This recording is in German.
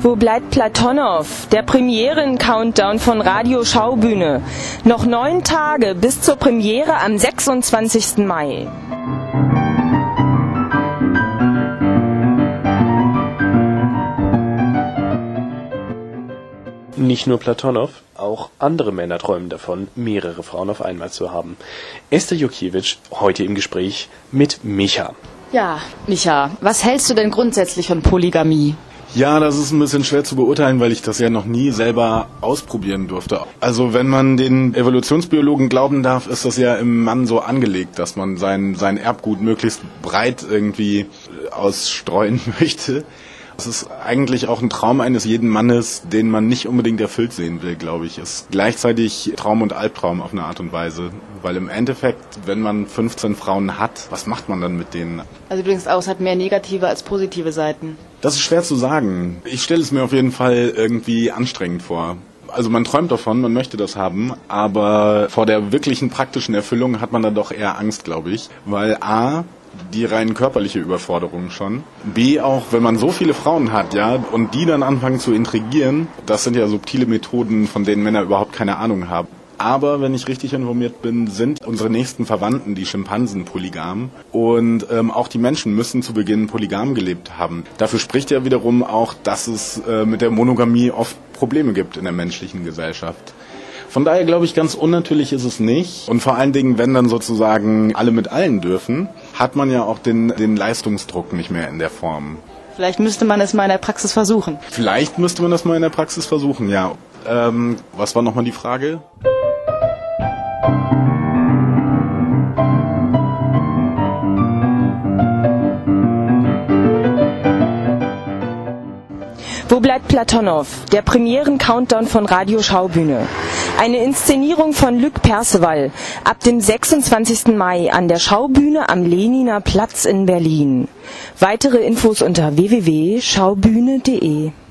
Wo bleibt Platonow? Der Premieren-Countdown von Radio Schaubühne. Noch 9 Tage bis zur Premiere am 26. Mai. Nicht nur Platonow, auch andere Männer träumen davon, mehrere Frauen auf einmal zu haben. Esther Jukiewicz heute im Gespräch mit Micha. Ja, Micha, was hältst du denn grundsätzlich von Polygamie? Ja, das ist ein bisschen schwer zu beurteilen, weil ich das ja noch nie selber ausprobieren durfte. Also wenn man den Evolutionsbiologen glauben darf, ist das ja im Mann so angelegt, dass man sein Erbgut möglichst breit irgendwie ausstreuen möchte. Das ist eigentlich auch ein Traum eines jeden Mannes, den man nicht unbedingt erfüllt sehen will, glaube ich. Ist gleichzeitig Traum und Albtraum auf eine Art und Weise. Weil im Endeffekt, wenn man 15 Frauen hat, was macht man dann mit denen? Also du denkst auch, es hat mehr negative als positive Seiten. Das ist schwer zu sagen. Ich stelle es mir auf jeden Fall irgendwie anstrengend vor. Also man träumt davon, man möchte das haben, aber vor der wirklichen praktischen Erfüllung hat man dann doch eher Angst, glaube ich. Weil A, die rein körperliche Überforderung schon. B, auch wenn man so viele Frauen hat, ja, und die dann anfangen zu intrigieren, das sind ja subtile Methoden, von denen Männer überhaupt keine Ahnung haben. Aber, wenn ich richtig informiert bin, sind unsere nächsten Verwandten, die Schimpansen, polygam. Und auch die Menschen müssen zu Beginn polygam gelebt haben. Dafür spricht ja wiederum auch, dass es mit der Monogamie oft Probleme gibt in der menschlichen Gesellschaft. Von daher glaube ich, ganz unnatürlich ist es nicht. Und vor allen Dingen, wenn dann sozusagen alle mit allen dürfen, hat man ja auch den Leistungsdruck nicht mehr in der Form. Vielleicht müsste man es mal in der Praxis versuchen. Vielleicht müsste man das mal in der Praxis versuchen, ja. Was war nochmal die Frage? Wo bleibt Platonow? Der Premieren-Countdown von Radio Schaubühne. Eine Inszenierung von Luc Perceval ab dem 26. Mai an der Schaubühne am Lehniner Platz in Berlin. Weitere Infos unter www.schaubühne.de